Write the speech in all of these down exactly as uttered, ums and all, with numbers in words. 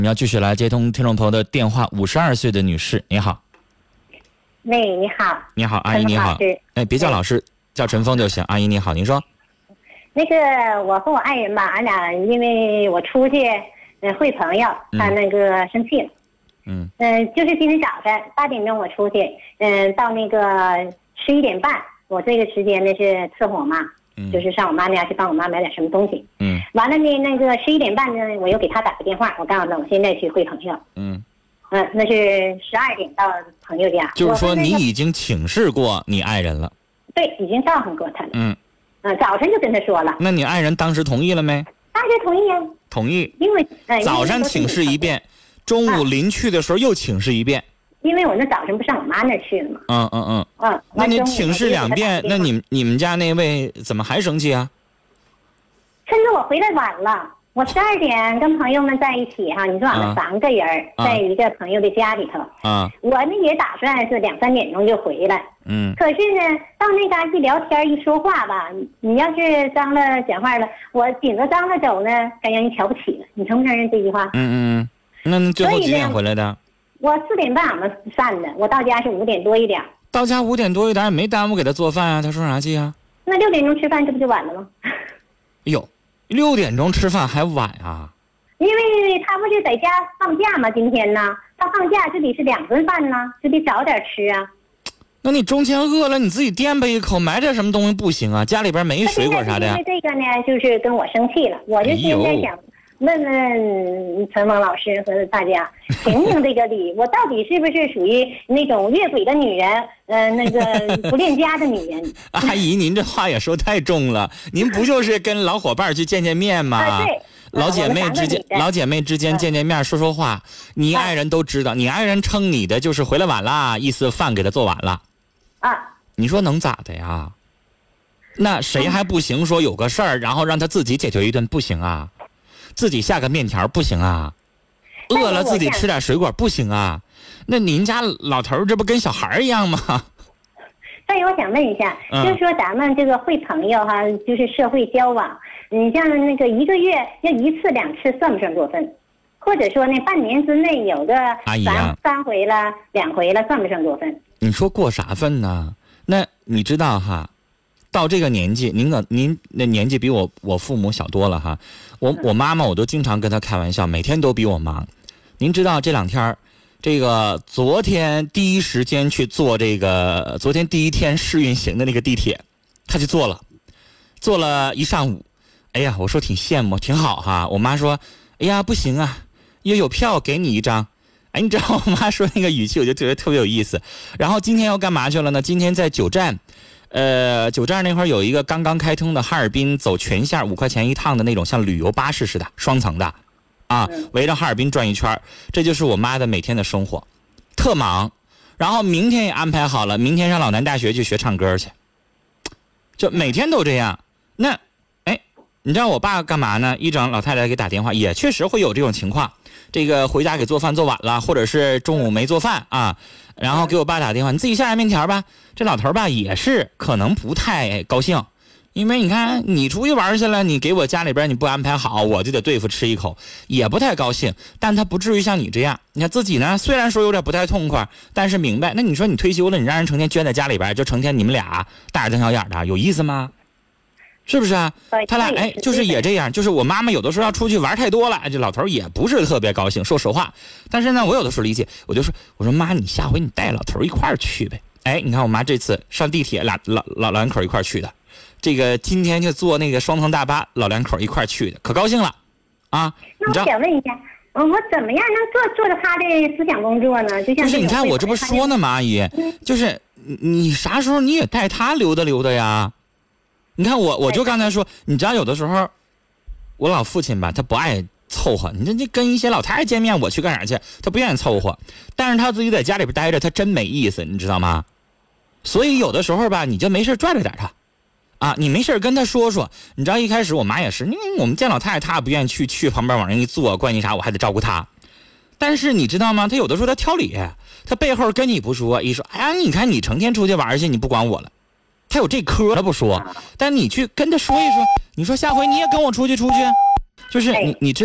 我们要继续来接通听众朋友的电话。五十二岁的女士，你好。 喂，你好。 你好，阿姨你好。哎，别叫老师，叫陈峰就行。阿姨你好，您说。 那个，我和我爱人吧，俺俩因为我出去呃会朋友，他那个生气了。嗯。嗯、呃，就是今天早晨八点钟我出去，嗯、呃，到那个十一点半，我这个时间呢是伺候我妈。嗯，就是上我妈那家去帮我妈买点什么东西。嗯，完了呢，那个十一点半呢，我又给他打个电话，我告诉他我现在去会朋友。嗯，嗯，那是十二点到朋友家。 就是说你已经请示过你爱人了？ 对，已经召唤过他了。嗯，嗯，早晨就跟他说了。 那你爱人当时同意了没？ 当时同意啊。同意。 因为、呃、 早上请示一遍，中午临去的时候又请示一遍。 因为我那早晨不上我妈那儿去了嘛。 嗯嗯嗯。嗯，那你请示两遍，那你你们家那位怎么还生气啊？ 趁着我回来晚了，我十二点跟朋友们在一起哈，你说俺们三个人、啊、在一个朋友的家里头。啊。我呢也打算是两三点钟就回来。嗯。可是呢，到那嘎一聊天一说话吧，你要是张了讲话了，我紧着张了走呢，该让人瞧不起了。你承不承认这句话？ 嗯嗯。那你最后几点回来的？ 我四点半俺们散的，我到家是五点多一点。 到家五点多一点也没耽误给他做饭啊，他生啥气啊？ 那六点钟吃饭，这不就晚了吗？ 哎呦，六点钟吃饭还晚啊？ 因为他不是在家放假吗？今天呢，他放假就得是两顿饭呢，就得早点吃啊。 那你中间饿了，你自己垫吧一口，买点什么东西不行啊？家里边没水果啥的呀？ 因为这个呢，就是跟我生气了，我就现在想。哎问问陈峰老师和大家，评评这个理，我到底是不是属于那种越轨的女人？呃，那个不恋家的女人？ 阿姨，您这话也说太重了。您不就是跟老伙伴去见见面吗？ 啊，对， 老姐妹之间，老姐妹之间见见面，说说话。你爱人都知道，你爱人称你的就是回来晚啦，意思饭给他做晚了。啊，你说能咋的呀？那谁还不行？说有个事儿，然后让他自己解决一顿，不行啊？自己下个面条不行啊，饿了自己吃点水果不行啊，那您家老头这不跟小孩一样吗？ 所以我想问一下，嗯、就是说咱们这个会朋友哈，就是社会交往，你像那个一个月要一次两次算不算过分？或者说呢，半年之内有个三、啊、三回了两回了，算不算过分？ 你说过啥分呢？那你知道哈？到这个年纪，您的您的年纪比我我父母小多了哈。我我妈妈我都经常跟她开玩笑，每天都比我忙。您知道这两天这个昨天第一时间去坐这个昨天第一天试运行的那个地铁，她去坐了，坐了一上午。哎呀，我说挺羡慕，挺好哈。我妈说，哎呀不行啊，又有票给你一张。哎，你知道我妈说那个语气，我就觉得特别有意思。然后今天要干嘛去了呢？今天在九站。呃，九站那块有一个刚刚开通的哈尔滨走全线五块钱一趟的那种像旅游巴士似的双层的，啊，围着哈尔滨转一圈，这就是我妈的每天的生活，特忙。然后明天也安排好了，明天上老南大学去学唱歌去，就每天都这样。那，哎，你知道我爸干嘛呢？一整老太太给打电话，也确实会有这种情况。这个回家给做饭做晚了，或者是中午没做饭啊，然后给我爸打电话，你自己下点面条吧。这老头吧也是可能不太高兴，因为你看你出去玩去了，你给我家里边你不安排好，我就得对付吃一口，也不太高兴。但他不至于像你这样，你看自己呢，虽然说有点不太痛快，但是明白。那你说你退休了，你让人成天圈在家里边，就成天你们俩大眼瞪小眼的，有意思吗？是不是啊？他俩哎，就是也这样，就是我妈妈有的时候要出去玩太多了，这老头也不是特别高兴，说实话。但是呢，我有的时候理解，我就说，我说妈，你下回你带老头一块儿去呗。哎，你看我妈这次上地铁，俩老老两口一块儿去的，这个今天就坐那个双层大巴，老两口一块儿去的，可高兴了啊！ 那我想问一下，我怎么样能做做着他的思想工作呢？就像就是你看我这不说呢吗，阿姨，嗯、就是你啥时候你也带他溜达溜达呀？你看我，我就刚才说，你知道有的时候，我老父亲吧，他不爱凑合。你这这跟一些老太太见面，我去干啥去？他不愿意凑合，但是他自己在家里边待着，他真没意思，你知道吗？所以有的时候吧，你就没事拽着点他，啊，你没事跟他说说。你知道一开始我妈也是，因为我们见老太太，她不愿意去，去旁边往人一坐，关系啥，我还得照顾她。但是你知道吗？他有的时候他挑理，他背后跟你不说，一说，哎呀，你看你成天出去玩去，你不管我了。他有这科，他不说，但你去跟他说一说，你说下回你也跟我出去出去，就是你你知道，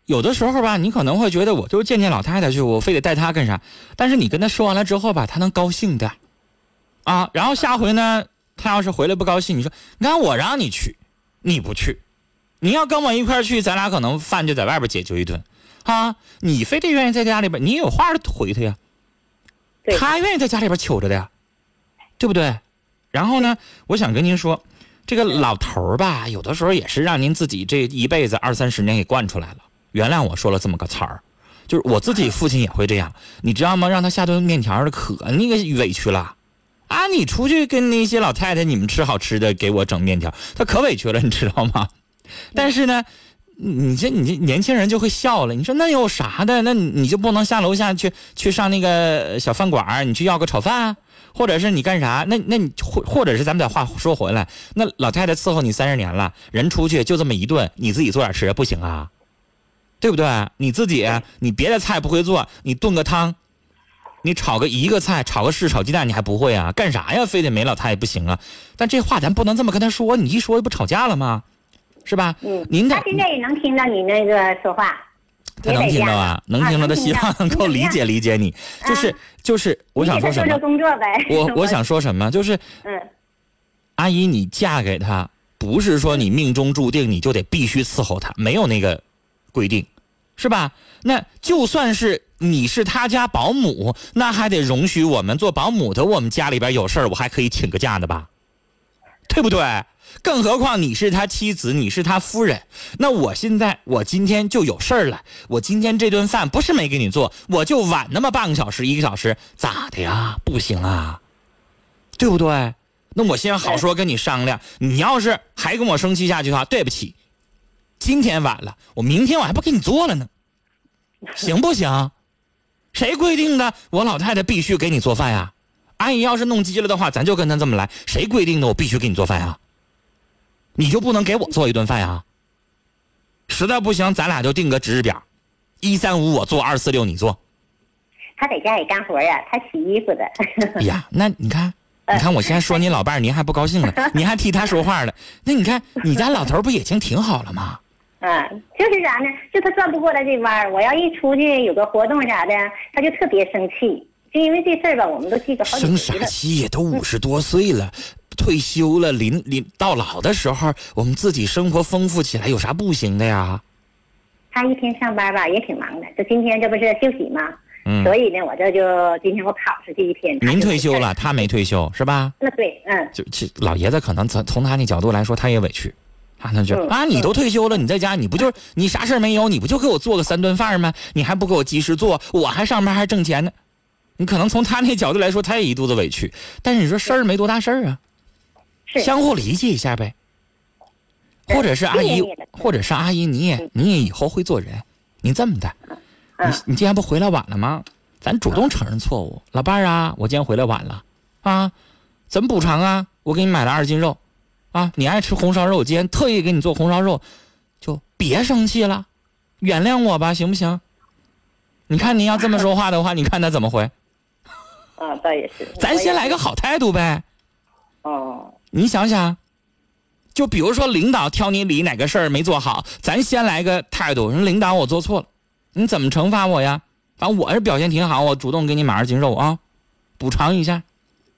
有的时候吧，你可能会觉得我就见见老太太去，我非得带她干啥？但是你跟她说完了之后吧，她能高兴的，啊，然后下回呢，她要是回来不高兴，你说，你看我让你去，你不去，你要跟我一块去，咱俩可能饭就在外边解决一顿，啊，你非得愿意在家里边，你有话回她呀，她愿意在家里边求着的呀，对不对？然后呢，我想跟您说，这个老头儿吧，有的时候也是让您自己这一辈子二三十年给惯出来了。原谅我说了这么个词儿，就是我自己父亲也会这样，你知道吗？让他下顿面条的可那个委屈了啊！你出去跟那些老太太你们吃好吃的，给我整面条，他可委屈了，你知道吗？但是呢，你这你这年轻人就会笑了，你说那有啥的？那你就不能下楼下去去上那个小饭馆，你去要个炒饭啊？或者是你干啥？那那你或或者是咱们把话说回来，那老太太伺候你三十年了，人出去就这么一顿，你自己做点吃不行啊？对不对？你自己你别的菜不会做，你炖个汤，你炒个一个菜，炒个柿炒鸡蛋你还不会啊？干啥呀？非得没老太太不行啊？但这话咱不能这么跟他说，你一说不吵架了吗？是吧？ 嗯， 您他现在也能听到你那个说话。 他能听到啊，能听到，他希望能够理解理解你，就是就是我想说什么？ 工作呗。 我我想说什么？就是， 嗯， 阿姨，你嫁给他，不是说你命中注定你就得必须伺候他，没有那个规定，是吧？那就算是你是他家保姆，那还得容许我们做保姆的，我们家里边有事儿，我还可以请个假的吧？对不对？更何况你是他妻子，你是他夫人，那我现在我今天就有事儿了，我今天这顿饭不是没给你做，我就晚那么半个小时一个小时，咋的呀？不行啊，对不对？那我先好说跟你商量，你要是还跟我生气下去的话，对不起，今天晚了，我明天我还不给你做了呢，行不行？谁规定的我老太太必须给你做饭呀？阿姨要是弄急了的话，咱就跟他这么来，谁规定的我必须给你做饭呀？你就不能给我做一顿饭呀？实在不行，咱俩就定个值日表，一三五我做，二四六你做。 他在家里干活呀，他洗衣服的。 哎呀，那你看，你看我现在说你老伴儿，您还不高兴了，你还替他说话了。那你看，你家老头不已经挺好了吗？ 嗯，就是啥呢？就他转不过来这弯儿。我要一出去有个活动啥的，他就特别生气。就因为这事儿吧，我们都记着好几回了。 生啥气也都五十多岁了。嗯，退休了，临临到老的时候，我们自己生活丰富起来，有啥不行的呀？ 他一天上班吧，也挺忙的。就今天这不是休息吗？ 嗯， 所以呢，我这就今天我跑出去一天。 您退休了，他没退休是吧？ 那对，嗯。 就其老爷子可能从从他那角度来说，他也委屈，啊，他就、嗯、啊，你都退休了，你在家你不就是你啥事没有，你不就给我做个三顿饭吗？你还不给我及时做，我还上班还挣钱呢。你可能从他那角度来说，他也一肚子委屈。但是你说事儿没多大事儿啊。相互理解一下呗，或者是阿姨，或者是阿姨，你也你也以后会做人。你这么的，你你今天不回来晚了吗？咱主动承认错误，老伴儿啊，我今天回来晚了，啊，怎么补偿啊？我给你买了二斤肉，啊，你爱吃红烧肉，我今天特意给你做红烧肉，就别生气了，原谅我吧，行不行？你看你要这么说话的话，你看他怎么回？ 啊，倒也是。 咱先来个好态度呗。 哦。 你想想，就比如说领导挑你理哪个事儿没做好，咱先来个态度，领导我做错了，你怎么惩罚我呀？反正我是表现挺好，我主动给你买二斤肉啊，补偿一下。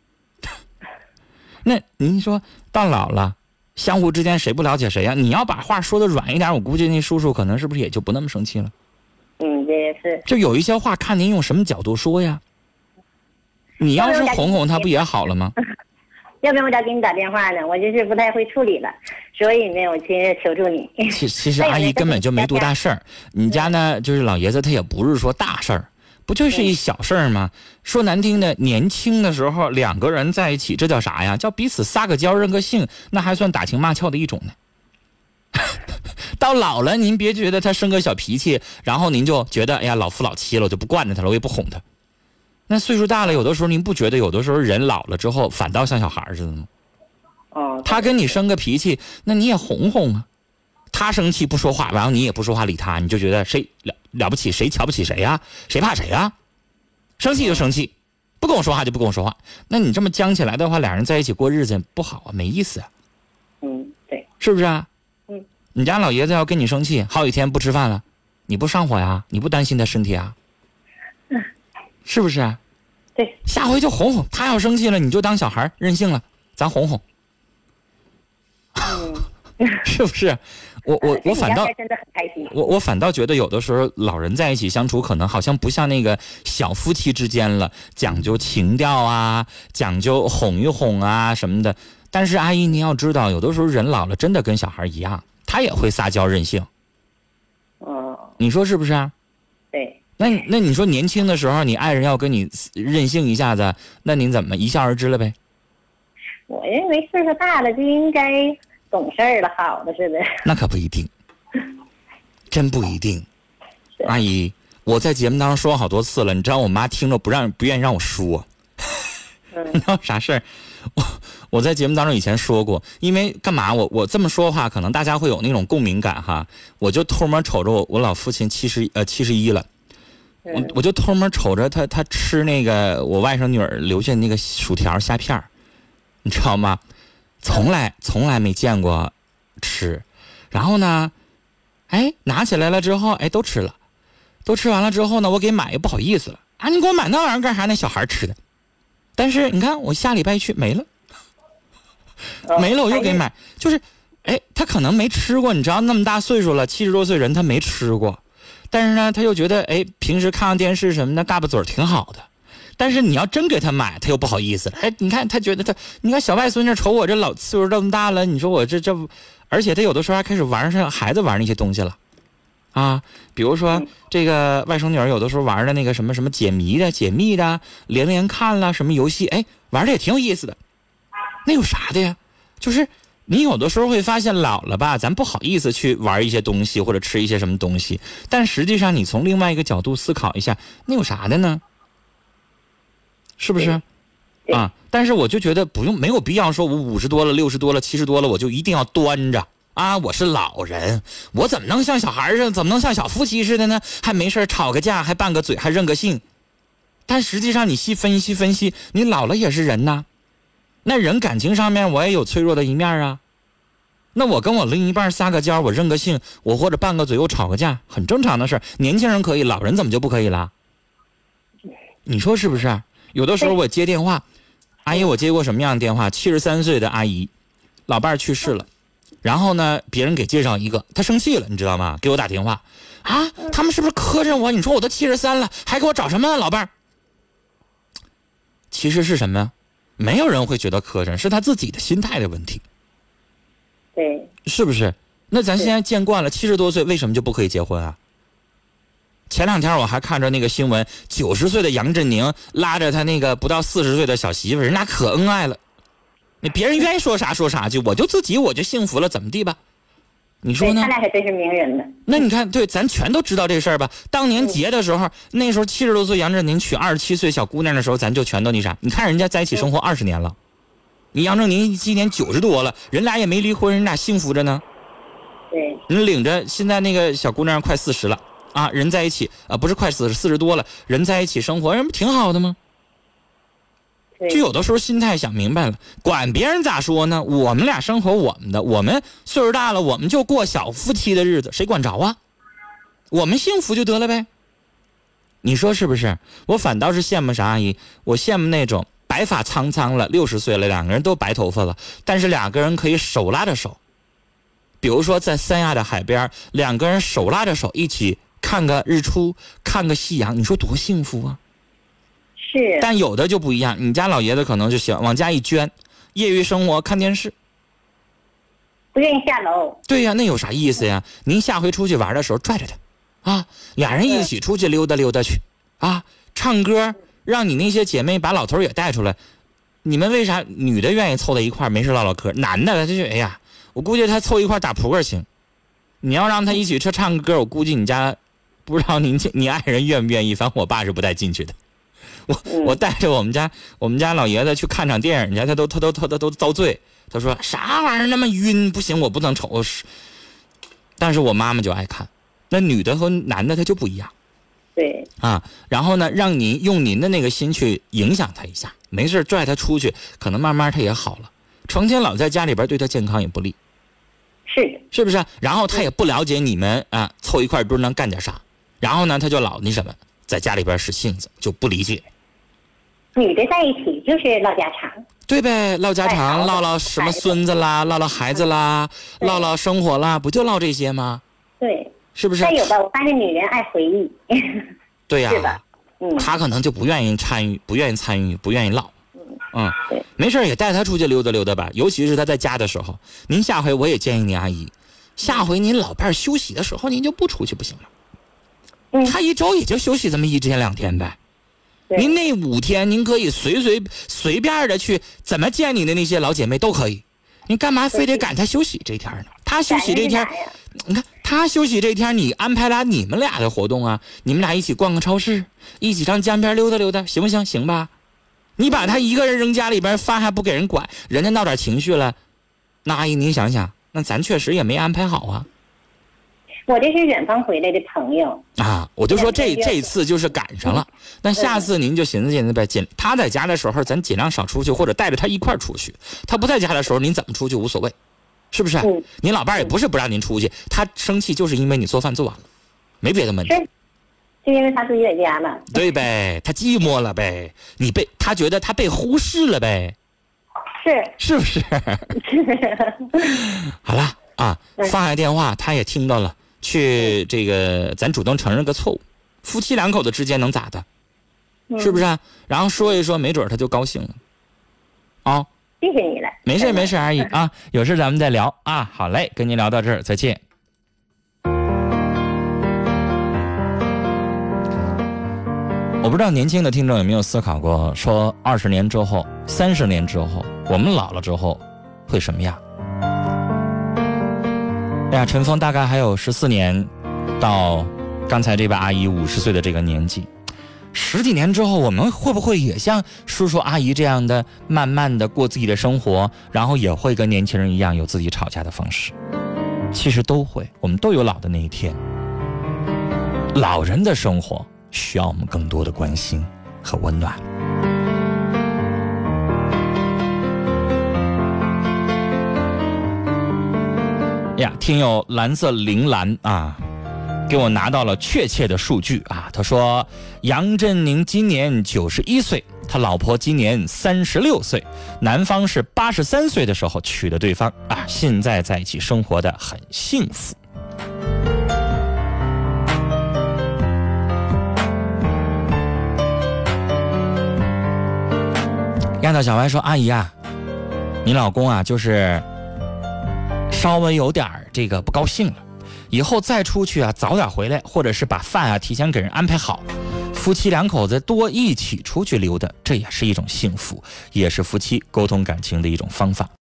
那您说到老了，相互之间谁不了解谁呀？你要把话说的软一点，我估计那叔叔可能是不是也就不那么生气了？ 嗯，这也是。 就有一些话看您用什么角度说呀。你要是哄哄他不也好了吗？ 要不然我咋给你打电话呢？我就是不太会处理了，所以呢，我去求助你。 其其实阿姨根本就没多大事儿，你家呢就是老爷子他也不是说大事儿，不就是一小事儿吗？说难听的，年轻的时候两个人在一起，这叫啥呀？叫彼此撒个娇认个性，那还算打情骂俏的一种呢。到老了，您别觉得他生个小脾气，然后您就觉得哎呀老夫老妻了，我就不惯着他了，我也不哄他。那岁数大了，有的时候您不觉得有的时候人老了之后反倒像小孩似的吗？ 哦， 他跟你生个脾气，那你也哄哄啊。他生气不说话，然后你也不说话理他，你就觉得谁了了不起，谁瞧不起谁呀？谁怕谁呀？生气就生气，不跟我说话就不跟我说话。那你这么僵起来的话，俩人在一起过日子不好啊，没意思啊。 嗯，对， 是不是啊？ 嗯， 你家老爷子要跟你生气，好几天不吃饭了， 你不上火呀？你不担心他身体啊？ 嗯， 是不是？ 对， 下回就哄哄他，要生气了你就当小孩任性了，咱哄哄。 嗯， 是不是？我我我反倒真的很开心。 我我反倒觉得有的时候老人在一起相处，可能好像不像那个小夫妻之间了，讲究情调啊，讲究哄一哄啊什么的。但是阿姨，你要知道，有的时候人老了真的跟小孩一样，他也会撒娇任性。 哦， 你说是不是啊？ 对。 那那你说年轻的时候，你爱人要跟你任性一下子，那您怎么一笑而之了呗？ 我认为岁数大了就应该懂事儿了，好的似的。 那可不一定，真不一定。阿姨，我在节目当中说好多次了，你知道我妈听着不让不愿意让我说。 嗯、 你知道啥事儿？我我在节目当中以前说过，因为干嘛我我这么说的话，可能大家会有那种共鸣感哈。我就偷摸瞅着我我老父亲七十呃七十一了，我我就偷摸瞅着他他吃那个我外甥女儿留下那个薯条虾片儿，你知道吗？从来从来没见过吃，然后呢，哎拿起来了之后，哎都吃了，都吃完了之后呢，我给买也不好意思了啊，你给我买那玩意儿干啥？那小孩吃的。但是你看，我下礼拜去没了，没了，我又给买，就是，哎，他可能没吃过，你知道，那么大岁数了，七十多岁人他没吃过，但是呢，他又觉得，哎，平时看看电视什么的，嘎巴嘴挺好的，但是你要真给他买，他又不好意思，哎，你看他觉得他，你看小外孙女瞅我这老岁数这么大了，你说我这这，而且他有的时候还开始玩上孩子玩那些东西了。啊，比如说这个外甥女儿有的时候玩的那个什么什么解谜的、解密的、连连看啦，什么游戏，哎，玩的也挺有意思的。那有啥的呀？就是你有的时候会发现老了吧，咱不好意思去玩一些东西或者吃一些什么东西，但实际上你从另外一个角度思考一下，那有啥的呢？是不是？啊，但是我就觉得不用，没有必要说我五十多了、六十多了、七十多了，我就一定要端着。啊，我是老人，我怎么能像小孩似的，怎么能像小夫妻似的呢？还没事吵个架，还拌个嘴，还认个性。但实际上你细分析分析，你老了也是人呐。那人感情上面我也有脆弱的一面啊。那我跟我另一半撒个娇，我认个性，我或者拌个嘴，我吵个架，很正常的事。年轻人可以，老人怎么就不可以了？你说是不是？有的时候我接电话，阿姨，我接过什么样的电话？七十三岁的阿姨，老伴儿去世了。然后呢，别人给介绍一个，他生气了，你知道吗？给我打电话，啊，他们是不是磕碜我？你说我都七十三了，还给我找什么老伴儿？其实是什么呀？没有人会觉得磕碜，是他自己的心态的问题。 对， 是不是？那咱现在见惯了，七十多岁为什么就不可以结婚啊？前两天我还看着那个新闻，九十岁的杨振宁拉着他那个不到四十岁的小媳妇，人俩可恩爱了。你别人愿意说啥说啥去，我就自己我就幸福了，怎么地吧？你说呢？ 他俩还真是名人呢。 那你看，对，咱全都知道这事儿吧？当年结的时候，嗯、那时候七十多岁杨振宁娶二十七岁小姑娘的时候，咱就全都那啥。你看人家在一起生活二十年了，你杨振宁今年九十多了，人俩也没离婚，人俩幸福着呢。 对， 人领着现在那个小姑娘快四十了啊，人在一起啊，不是快四十，四十多了，人在一起生活，人不挺好的吗？就有的时候心态想明白了，管别人咋说呢？我们俩生活我们的，我们岁数大了，我们就过小夫妻的日子，谁管着啊？我们幸福就得了呗。你说是不是？我反倒是羡慕啥阿姨？我羡慕那种白发苍苍了，六十岁了，两个人都白头发了，但是两个人可以手拉着手。比如说在三亚的海边，两个人手拉着手一起看个日出，看个夕阳，你说多幸福啊！ 是， 但有的就不一样，你家老爷子可能就喜欢往家一捐，业余生活看电视， 不愿意下楼。 对呀，那有啥意思呀？您下回出去玩的时候拽着他，啊，俩人一起出去溜达溜达去，啊，唱歌，让你那些姐妹把老头也带出来。你们为啥女的愿意凑在一块没事唠唠嗑，男的他就哎呀，我估计他凑一块打扑克行。你要让他一起去唱歌，我估计你家不知道您你爱人愿不愿意，反正我爸是不带进去的。我我带着我们家我们家老爷子去看场电影，人家他都他都他都都遭罪。他说啥玩意儿那么晕，不行，我不能瞅。但是我妈妈就爱看，那女的和男的他就不一样。 对啊，然后呢，让您用您的那个心去影响他一下，没事拽他出去，可能慢慢他也好了。成天老在家里边对他健康也不利。 是是不是？然后他也不了解你们啊，凑一块堆能干点啥，然后呢，他就老那什么，在家里边使性子，就不理解。 女的在一起就是唠家常， 对呗，唠家常，唠唠什么孙子啦，唠唠孩子啦，唠唠生活啦，不就唠这些吗？ 对， 是不是？ 再有吧，我发现女人爱回忆。 对呀、 是吧？嗯， 他可能就不愿意参与，不愿意参与，不愿意唠。嗯， 对， 没事也带他出去溜达溜达吧，尤其是他在家的时候。您下回我也建议您阿姨，下回您老伴儿休息的时候，您就不出去不行吗？ 嗯， 他一周也就休息这么一天两天呗。 对您那五天，您可以随随随便的去怎么见你的那些老姐妹都可以。你干嘛非得赶他休息这天呢？他休息这天，你看他休息这天，你安排俩你们俩的活动啊，你们俩一起逛个超市，一起上江边溜达溜达，行不行？行吧。你把他一个人扔家里边，饭还不给人管，人家闹点情绪了，那阿姨您想想，那咱确实也没安排好啊。 我这是远方回来的朋友啊，我就说这这次就是赶上了，那下次您就寻思寻思呗，尽他在家的时候，咱尽量少出去，或者带着他一块儿出去。他不在家的时候，您怎么出去无所谓，是不是？ 嗯， 您老伴儿也不是不让您出去，他生气就是因为你做饭做晚了，没别的问题。 是，就因为他自己在家嘛。 对呗，他寂寞了呗，你被他觉得他被忽视了呗， 是是不是？好了啊，放下电话，他也听到了。去这个，咱主动承认个错误，夫妻两口子之间能咋的？是不是、啊？然后说一说，没准他就高兴了。啊， 谢谢你了。 没事没事，阿姨啊，有事咱们再聊啊。好嘞，跟您聊到这儿，再见。我不知道年轻的听众有没有思考过，说二十年之后、三十年之后，我们老了之后会什么样？哎呀，陈峰大概还有十四年，到刚才这位阿姨五十岁的这个年纪，十几年之后，我们会不会也像叔叔阿姨这样的，慢慢的过自己的生活，然后也会跟年轻人一样有自己吵架的方式？其实都会，我们都有老的那一天。老人的生活需要我们更多的关心和温暖。呀，听友蓝色铃兰啊，给我拿到了确切的数据啊。他说，杨振宁今年九十一岁，他老婆今年三十六岁，男方是八十三岁的时候娶的对方啊，现在在一起生活的很幸福。丫头小白说：“阿姨啊，你老公啊，就是稍微有点这个不高兴了，以后再出去啊，早点回来，或者是把饭啊提前给人安排好，夫妻两口子多一起出去溜达，这也是一种幸福，也是夫妻沟通感情的一种方法。”